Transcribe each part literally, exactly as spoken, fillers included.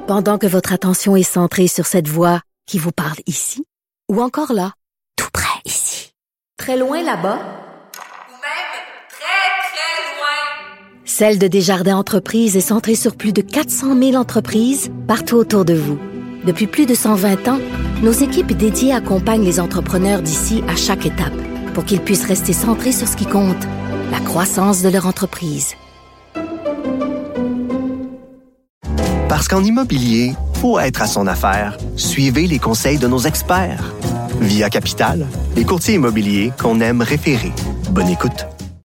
Pendant que votre attention est centrée sur cette voix qui vous parle ici, ou encore là, tout près ici, très loin là-bas, ou même très, très loin, Celle de Desjardins Entreprises est centrée sur plus de quatre cent mille entreprises partout autour de vous. Depuis plus de cent vingt ans, nos équipes dédiées accompagnent les entrepreneurs d'ici à chaque étape pour qu'ils puissent rester centrés sur ce qui compte, la croissance de leur entreprise. Parce qu'en immobilier, pour être à son affaire, suivez les conseils de nos experts. Via Capital, les courtiers immobiliers qu'on aime référer. Bonne écoute.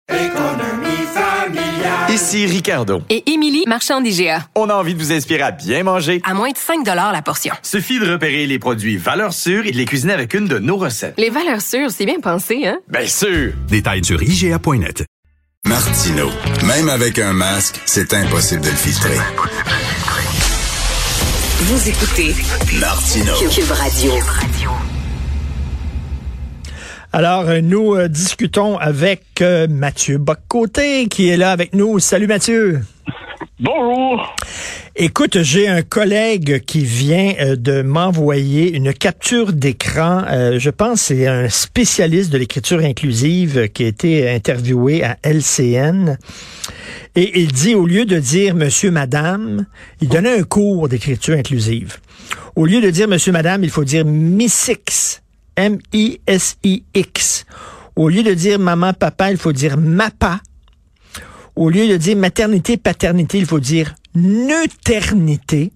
Ici Ricardo. Et Émilie, marchand d'I G A. On a envie de vous inspirer à bien manger. À moins de cinq dollars la portion. Suffit de repérer les produits valeurs sûres et de les cuisiner avec une de nos recettes. Les valeurs sûres, c'est bien pensé, hein? Bien sûr! Détails sur I G A point net. Martineau. Même avec un masque, c'est impossible de le filtrer. Vous écoutez Martineau. Cube Radio. Alors, nous euh, discutons avec euh, Mathieu Bock-Côté qui est là avec nous. Salut Mathieu. Bonjour. Écoute, j'ai un collègue qui vient euh, de m'envoyer une capture d'écran. Euh, je pense que c'est un spécialiste de l'écriture inclusive qui a été interviewé à L C N. Et il dit, au lieu de dire monsieur, madame, il donnait un cours d'écriture inclusive. Au lieu de dire monsieur, madame, il faut dire Missix. M I S I X. Au lieu de dire maman, papa, il faut dire mappa. Au lieu de dire maternité, paternité, il faut dire neuternité.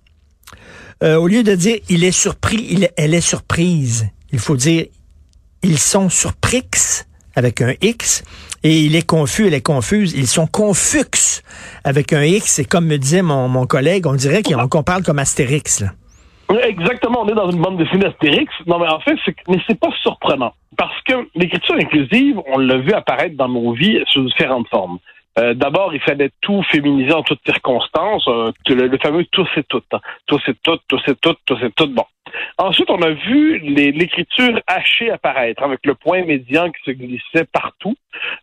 Euh, au lieu de dire il est surpris, il, elle est surprise, il faut dire ils sont surprix avec un X. Et il est confus, elle est confuse. Ils sont confux avec un X. Et comme me disait mon, mon collègue, on dirait qu'on qu'on parle comme Astérix, là. Exactement, on est dans une bande dessinée Astérix. Non, mais en fait, c'est, mais c'est pas surprenant. Parce que l'écriture inclusive, on l'a vu apparaître dans nos vies sous différentes formes. Euh, d'abord, il fallait tout féminiser en toutes circonstances, euh, le, le fameux tous et toutes. Hein. Tous et toutes, tous et toutes, tous et toutes. Bon. Ensuite, on a vu les, l'écriture hachée apparaître, avec le point médian qui se glissait partout.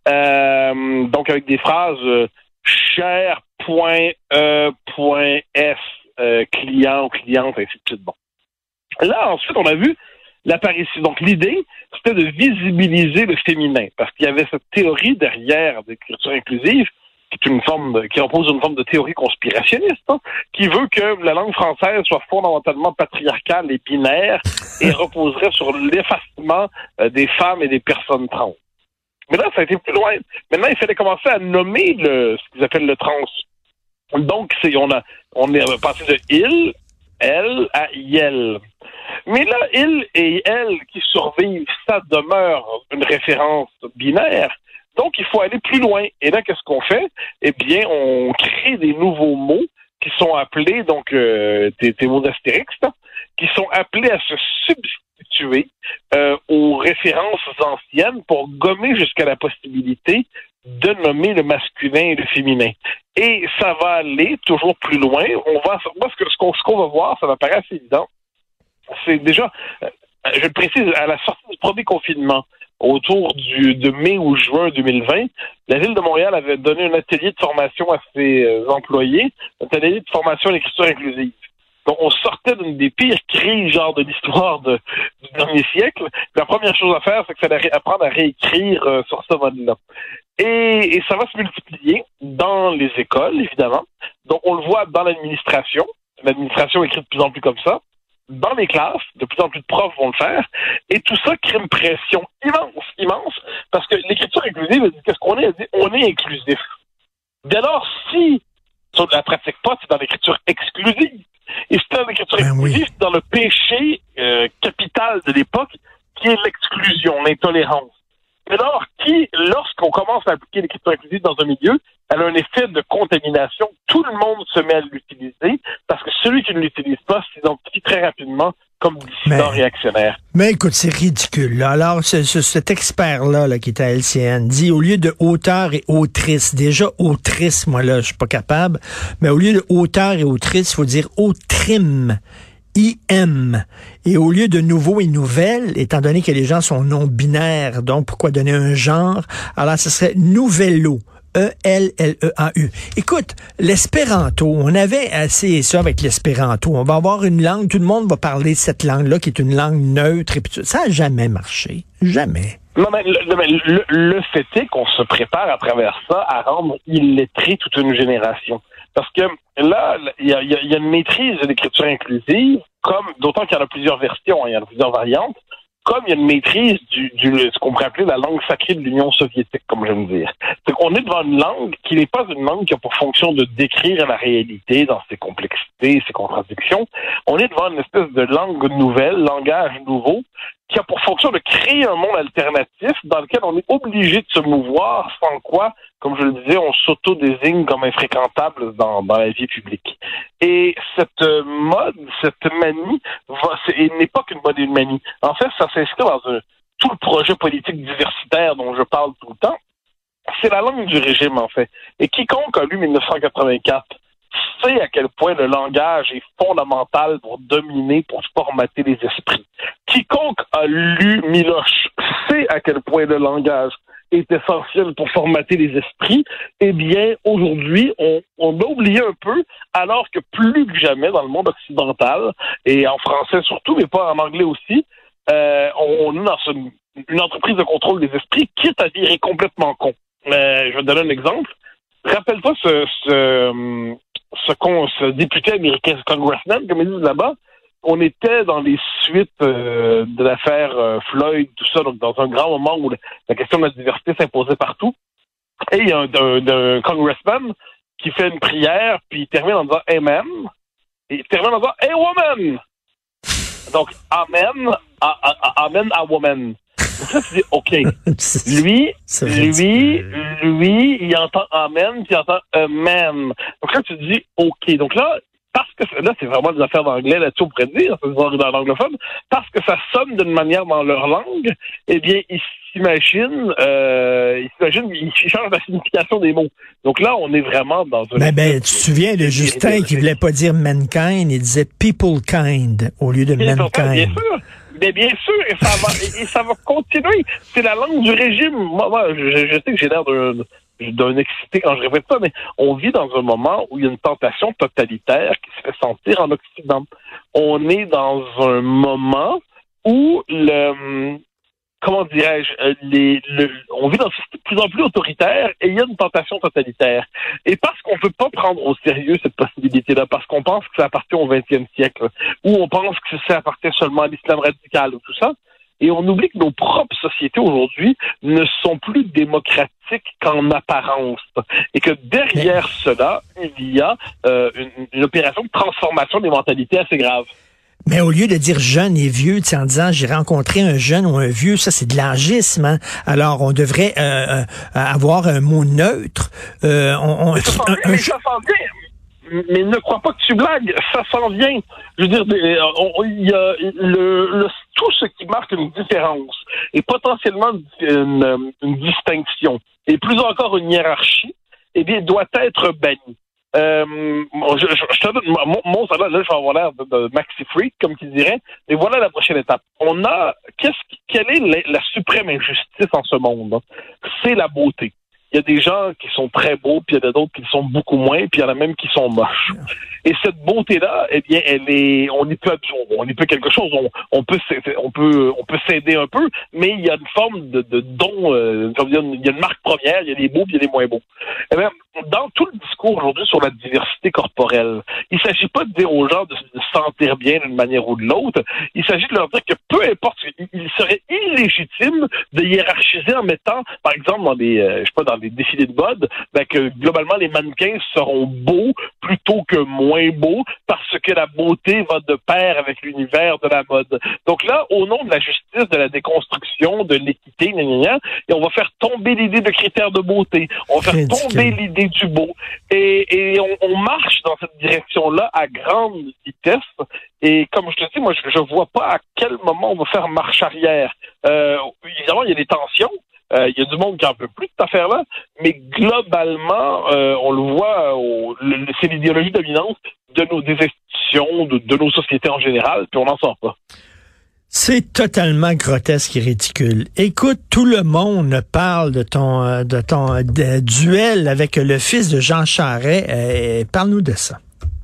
Euh, donc, avec des phrases euh, cher, point, e, point, s. Euh, client ou cliente, ainsi de suite. Bon. Là, ensuite, on a vu l'apparition. Donc, l'idée, c'était de visibiliser le féminin, parce qu'il y avait cette théorie derrière l'écriture inclusive, qui est une forme de, qui repose une forme de théorie conspirationniste, hein, qui veut que la langue française soit fondamentalement patriarcale et binaire et reposerait sur l'effacement euh, des femmes et des personnes trans. Mais là, ça a été plus loin. Maintenant, il fallait commencer à nommer le, ce qu'ils appellent le trans. Donc, c'est, on a, on est passé de il, elle à yel. Mais là, il et elle qui survivent, ça demeure une référence binaire. Donc, il faut aller plus loin. Et là, qu'est-ce qu'on fait? Eh bien, on crée des nouveaux mots qui sont appelés, donc, euh, des, des mots d'Astérix, là, qui sont appelés à se substituer euh, aux références anciennes pour gommer jusqu'à la possibilité de nommer le masculin et le féminin. Et ça va aller toujours plus loin. On va, moi, ce, que, ce, qu'on, ce qu'on va voir, ça va paraître assez évident. C'est déjà, euh, je le précise, à la sortie du premier confinement, autour du, de mai ou juin deux mille vingt, la Ville de Montréal avait donné un atelier de formation à ses euh, employés, un atelier de formation à l'écriture inclusive. Donc, on sortait d'une des pires crises, genre, de l'histoire de, du dernier siècle. La première chose à faire, c'est qu'il fallait apprendre à réécrire euh, sur ce mode-là. Et, et ça va se multiplier dans les écoles, évidemment. Donc, on le voit dans l'administration. L'administration écrit de plus en plus comme ça. Dans les classes, de plus en plus de profs vont le faire. Et tout ça crée une pression immense, immense, parce que l'écriture inclusive, elle dit, qu'est-ce qu'on est? Elle dit, on est inclusif. Dès lors, si on ne la pratique pas, c'est dans l'écriture exclusive. Et c'est dans l'écriture ben exclusive, oui. C'est dans le péché euh, capital de l'époque, qui est l'exclusion, l'intolérance. Mais alors, qui, lorsqu'on commence à appliquer l'écriture inclusive dans un milieu, elle a un effet de contamination. Tout le monde se met à l'utiliser, parce que celui qui ne l'utilise pas s'identifie très rapidement comme dissident réactionnaire. Mais écoute, c'est ridicule. Là. Alors, ce, ce, cet expert-là là, qui est à L C N dit, au lieu de auteur et autrice, déjà autrice, moi là, je suis pas capable, mais au lieu de auteur et autrice, il faut dire autrime. I M. Et au lieu de nouveau et nouvelle, étant donné que les gens sont non-binaires, donc pourquoi donner un genre? Alors, ce serait nouvello. E L L E A U. Écoute, l'espéranto, on avait essayé ça avec l'espéranto. On va avoir une langue, tout le monde va parler cette langue-là qui est une langue neutre. Et puis, ça n'a jamais marché. Jamais. Non, mais le, mais le, le fait est qu'on se prépare à travers ça à rendre illettré toute une génération. Parce que là, il y a, y a une maîtrise de l'écriture inclusive, comme d'autant qu'il y en a plusieurs versions, il y en a plusieurs variantes, comme il y a une maîtrise du, du ce qu'on pourrait appeler la langue sacrée de l'Union soviétique, comme j'aime dire. C'est qu'on est devant une langue qui n'est pas une langue qui a pour fonction de décrire la réalité dans ses complexités, ses contradictions. On est devant une espèce de langue nouvelle, langage nouveau, qui a pour fonction de créer un monde alternatif dans lequel on est obligé de se mouvoir, sans quoi, comme je le disais, on s'auto-désigne comme infréquentable dans, dans la vie publique. Et cette mode, cette manie, va, c'est, n'est pas qu'une mode et une manie. En fait, ça s'inscrit dans un, tout le projet politique diversitaire dont je parle tout le temps. C'est la langue du régime, en fait. Et quiconque a lu dix-neuf cent quatre-vingt-quatre sait à quel point le langage est fondamental pour dominer, pour formater les esprits. Quiconque a lu Miloche sait à quel point le langage est essentiel pour formater les esprits. Eh bien, aujourd'hui, on, on a oublié un peu, alors que plus que jamais dans le monde occidental, et en français surtout, mais pas en anglais aussi, euh, on, on est dans une, une entreprise de contrôle des esprits, quitte à virer complètement con. Euh, je vais te donner un exemple. Rappelle-toi ce, ce, ce, con, ce député américain, ce congressman, comme ils disent là-bas. On était dans les suites euh, de l'affaire euh, Floyd, tout ça, donc dans un grand moment où la question de la diversité s'imposait partout. Et il y a un, un, un congressman qui fait une prière, puis il termine en disant « Amen », et il termine en disant « Hey woman ». Donc « Amen »,« Amen à woman ». Donc là, tu dis « OK ». Lui, lui, lui, il entend « Amen », puis il entend « Amen ». Donc là, tu te dis « OK ». Donc là, parce que là, c'est vraiment des affaires d'anglais là-dessus, on pourrait dire, c'est dans l'anglophone, parce que ça sonne d'une manière dans leur langue, eh bien, ils s'imaginent, euh, ils s'imaginent, ils changent la signification des mots. Donc là, on est vraiment dans un... Ben, ben, tu te souviens de Justin qui voulait pas dire mankind, il disait people kind au lieu de bien mankind. Bien sûr, mais bien sûr, et ça va, et, et ça va continuer. C'est la langue du régime. Moi, moi je, je sais que j'ai l'air d'un... d'un excité quand je répète ça, mais on vit dans un moment où il y a une tentation totalitaire qui se fait sentir en Occident. On est dans un moment où le, comment dirais-je, les, le, on vit dans un système de plus en plus autoritaire et il y a une tentation totalitaire. Et parce qu'on ne peut pas prendre au sérieux cette possibilité-là, parce qu'on pense que ça appartient au vingtième siècle, ou on pense que ça appartient seulement à l'islam radical ou tout ça, et on oublie que nos propres sociétés aujourd'hui ne sont plus démocratiques qu'en apparence. Et que derrière Mais... cela, il y a euh, une, une opération de transformation des mentalités assez grave. Mais au lieu de dire jeune et vieux, tu sais, en disant j'ai rencontré un jeune ou un vieux, ça c'est de l'âgisme. Hein? Alors on devrait euh, euh, avoir un mot neutre. Euh, on, on, mais ça s'en vient, un, un... ça s'en vient. Mais ne crois pas que tu blagues, ça s'en vient. Je veux dire, il y a le, le, tout ce qui marque une différence et potentiellement une, une distinction, et plus encore une hiérarchie, eh bien, doit être banni. Euh, je, je, je te donne mon, mon là, là, je vais avoir l'air de, de maxi freak, comme qui dirait, mais voilà la prochaine étape. On a, qu'est-ce, quelle est la, la suprême injustice en ce monde? Hein? C'est la beauté. Il y a des gens qui sont très beaux, puis il y en a d'autres qui sont beaucoup moins, puis il y en a même qui sont moches. Et cette beauté-là, eh bien, elle est, on y peut, on y peut quelque chose, on, on peut, on peut, on peut s'aider un peu, mais il y a une forme de, de don, euh, il y a une, il y a une marque première, il y a les beaux, puis il y a les moins beaux. Eh bien, dans tout le discours aujourd'hui sur la diversité corporelle, il ne s'agit pas de dire aux gens de se sentir bien d'une manière ou de l'autre, il s'agit de leur dire que peu importe, il serait illégitime de hiérarchiser en mettant, par exemple, dans des, euh, je sais pas, dans des défilés de mode, ben que globalement les mannequins seront beaux plutôt que moins beaux parce que la beauté va de pair avec l'univers de la mode. Donc là, au nom de la justice, de la déconstruction, de l'équité, gna, gna, gna, et on va faire tomber l'idée de critères de beauté, on va faire tomber l'idée du beau, et, et on, on marche dans cette direction-là à grande vitesse. Et comme je te dis, moi, je, je vois pas à quel moment on va faire marche arrière. Euh, évidemment, il y a des tensions. Il euh, y a du monde qui en peut plus de cette affaire-là, mais globalement, euh, on le voit, au, le, c'est l'idéologie dominante de nos des institutions, de, de nos sociétés en général, puis on n'en sort pas. C'est totalement grotesque et ridicule. Écoute, tout le monde parle de ton de ton de duel avec le fils de Jean Charest. Euh, parle-nous de ça.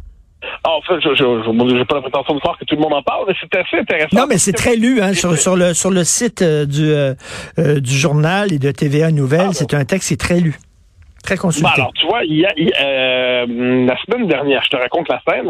En fait, je n'ai pas la prétention de croire que tout le monde en parle, mais c'est assez intéressant. Non, mais c'est très lu hein, sur, sur, le, sur le site euh, du, euh, euh, du journal et de T V A Nouvelles. Ah, c'est bon. Un texte qui est très lu, très consulté. Ben alors, tu vois, il y a, il y a, euh, la semaine dernière, je te raconte la scène,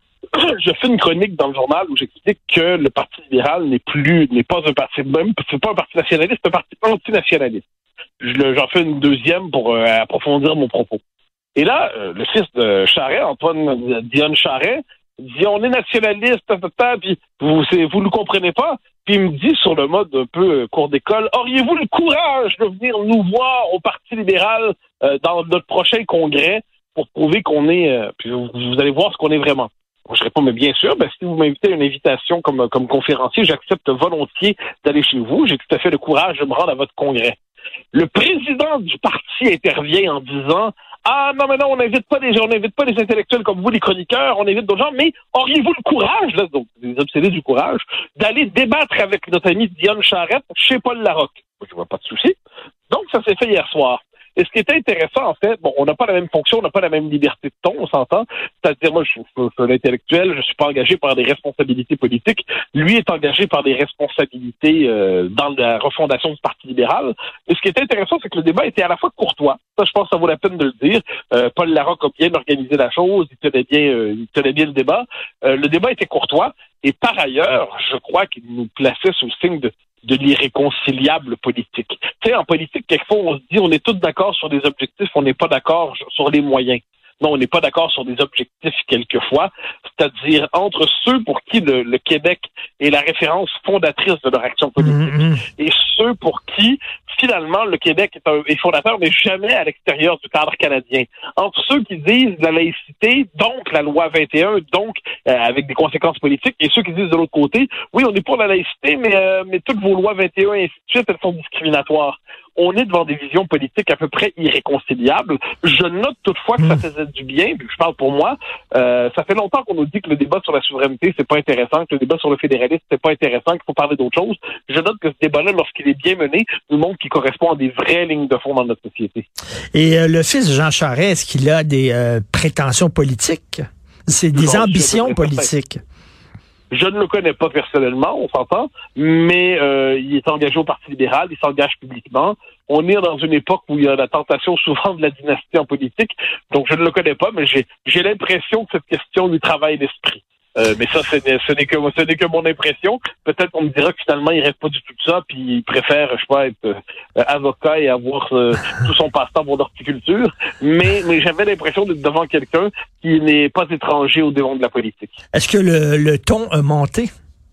je fais une chronique dans le journal où j'explique que le Parti libéral n'est plus, n'est pas un parti, même, c'est pas un parti nationaliste, c'est un parti antinationaliste. Je, j'en fais une deuxième pour euh, approfondir mon propos. Et là, euh, le fils de Charest, Antoine Dionne Charest, dit on est nationaliste, puis vous vous ne comprenez pas. Puis il me dit sur le mode un peu euh, cours d'école, auriez-vous le courage de venir nous voir au Parti libéral euh, dans notre prochain congrès pour prouver qu'on est, euh, puis vous, vous allez voir ce qu'on est vraiment. Je réponds, mais bien sûr, ben, si vous m'invitez à une invitation comme, comme conférencier, j'accepte volontiers d'aller chez vous. J'ai tout à fait le courage de me rendre à votre congrès. Le président du parti intervient en disant ah non, mais non, on n'invite pas des gens, on n'invite pas des intellectuels comme vous, les chroniqueurs, on invite d'autres gens, mais auriez-vous le courage, là, donc les obsédés du courage, d'aller débattre avec notre ami Dionne Charest chez Paul Larocque? Je vois pas de souci. Donc, ça s'est fait hier soir. Et ce qui est intéressant, en fait, bon, on n'a pas la même fonction, on n'a pas la même liberté de ton, on s'entend. C'est-à-dire, moi, je suis un intellectuel, je suis pas engagé par des responsabilités politiques. Lui est engagé par des responsabilités euh, dans la refondation du Parti libéral. Et ce qui est intéressant, c'est que le débat était à la fois courtois. Ça, je pense que ça vaut la peine de le dire. Euh, Paul Larocque a bien organisé la chose, il tenait bien, euh, il tenait bien le débat. Euh, le débat était courtois. Et par ailleurs, je crois qu'il nous plaçait sous le signe de de l'irréconciliable politique. Tu sais, en politique, quelquefois, on se dit on est tous d'accord sur des objectifs, on n'est pas d'accord sur les moyens. Non, on n'est pas d'accord sur des objectifs quelquefois, c'est-à-dire entre ceux pour qui le, le Québec est la référence fondatrice de leur action politique mmh. et ceux pour qui, finalement, le Québec est, un, est fondateur, mais jamais à l'extérieur du cadre canadien. Entre ceux qui disent la laïcité, donc la loi vingt et un, donc euh, avec des conséquences politiques, et ceux qui disent de l'autre côté, oui, on est pour la laïcité, mais, euh, mais toutes vos lois vingt et un et ainsi de suite, elles sont discriminatoires. On est devant des visions politiques à peu près irréconciliables. Je note toutefois que mmh. ça faisait du bien, puis je parle pour moi. Euh, ça fait longtemps qu'on nous dit que le débat sur la souveraineté, c'est pas intéressant, que le débat sur le fédéralisme, c'est pas intéressant, qu'il faut parler d'autre chose. Je note que ce débat-là, lorsqu'il est bien mené, nous montre qu'il correspond à des vraies lignes de fond dans notre société. Et euh, le fils de Jean Charest, est-ce qu'il a des euh, prétentions politiques? C'est des non, ambitions politiques? Je ne le connais pas personnellement, on s'entend, mais euh, il est engagé au Parti libéral, il s'engage publiquement. On est dans une époque où il y a la tentation souvent de la dynastie en politique, donc je ne le connais pas, mais j'ai, j'ai l'impression que cette question lui travaille l'esprit. Euh, mais ça, ce n'est, ce n'est que ce n'est que mon impression. Peut-être qu'on me dira que finalement, il rêve pas du tout de ça, puis il préfère, je sais pas, être euh, avocat et avoir euh, tout son passe-temps pour l'horticulture. Mais, mais j'avais l'impression d'être devant quelqu'un qui n'est pas étranger au devant de la politique. Est-ce que le, le ton a monté?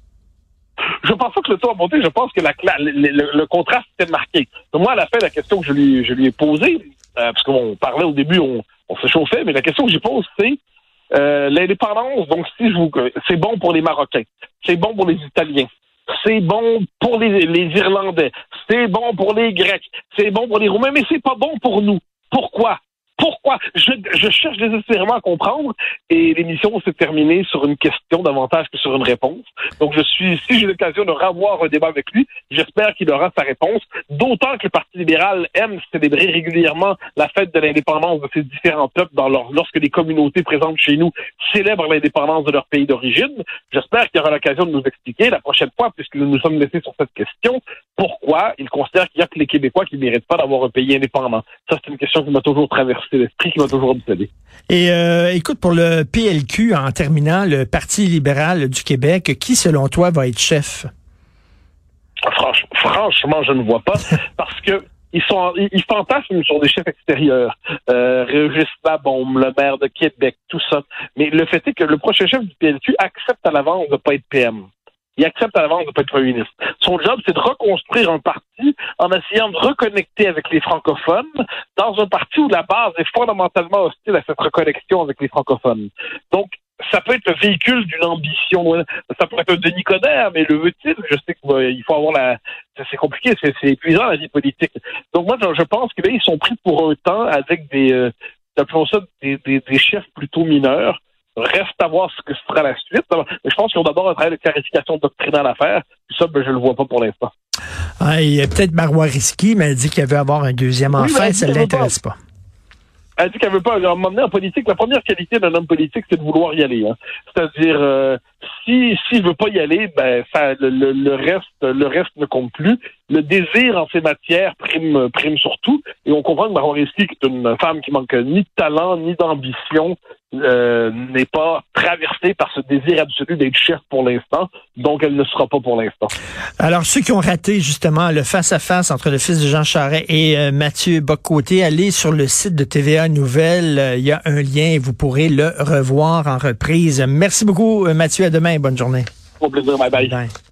Je pense pas que le ton a monté. Je pense que la, le, le, le contraste était marqué. Donc moi, à la fin, la question que je lui, je lui ai posée, euh, parce qu'on parlait au début, on, on se chauffait, mais la question que j'y pose, c'est Euh, l'indépendance, donc si je vous, c'est bon pour les Marocains, c'est bon pour les Italiens, c'est bon pour les, les Irlandais, c'est bon pour les Grecs, c'est bon pour les Roumains, mais c'est pas bon pour nous. Pourquoi? Pourquoi? Je, je cherche désespérément à comprendre et l'émission s'est terminée sur une question davantage que sur une réponse. Donc je suis, si j'ai l'occasion de revoir un débat avec lui, j'espère qu'il aura sa réponse. D'autant que le Parti libéral aime célébrer régulièrement la fête de l'indépendance de ces différents peuples dans leur, lorsque les communautés présentes chez nous célèbrent l'indépendance de leur pays d'origine. J'espère qu'il aura l'occasion de nous expliquer la prochaine fois, puisque nous nous sommes laissés sur cette question, pourquoi il considère qu'il y a que les Québécois qui ne méritent pas d'avoir un pays indépendant. Ça, c'est une question qui m'a toujours traversé l'esprit, qui m'a toujours obsédé. Et euh, écoute, pour le P L Q, en terminant, le Parti libéral du Québec, qui, selon toi, va être chef? Franch, franchement, je ne vois pas, parce que ils sont, ils, ils fantasment sur des chefs extérieurs. Euh, Régis Labaume, le maire de Québec, tout ça. Mais le fait est que le prochain chef du P L Q accepte à l'avance de ne pas être P M. Il accepte à l'avance de ne pas être premier ministre. Son job, c'est de reconstruire un parti en essayant de reconnecter avec les francophones dans un parti où la base est fondamentalement hostile à cette reconnexion avec les francophones. Donc, ça peut être le véhicule d'une ambition. Ça peut être un Denis Coderre, mais le veut-il? Je sais qu'il faut avoir la... C'est compliqué, c'est, c'est épuisant la vie politique. Donc moi, je pense que là, ils sont pris pour un temps avec des... Euh, appelons ça des, des, des chefs plutôt mineurs. Reste à savoir ce que sera la suite. Mais je pense qu'ils ont d'abord un travail de clarification doctrinale à faire. Puis ça, ben, je le vois pas pour l'instant. Ah, il y a peut-être Marois Risky, mais elle dit qu'elle veut avoir un deuxième enfant, oui, ça ne l'intéresse pas. Elle dit qu'elle veut pas. À un moment donné, en politique, la première qualité d'un homme politique, c'est de vouloir y aller. Hein. C'est-à-dire, euh, si s'il veut pas y aller, ben ça, le, le, le reste, le reste ne compte plus. Le désir en ces matières prime, prime surtout. Et on comprend que Marois Risky, qui est une femme qui manque ni de talent ni d'ambition, euh, n'est pas traversée par ce désir absolu d'être chef pour l'instant. Donc, elle ne sera pas pour l'instant. Alors, ceux qui ont raté justement le face-à-face entre le fils de Jean Charest et euh, Mathieu Bock-Côté, allez sur le site de T V A Nouvelles. Il euh, y a un lien et vous pourrez le revoir en reprise. Merci beaucoup, Mathieu. À demain. Bonne journée. Au plaisir. Bye bye. Bye.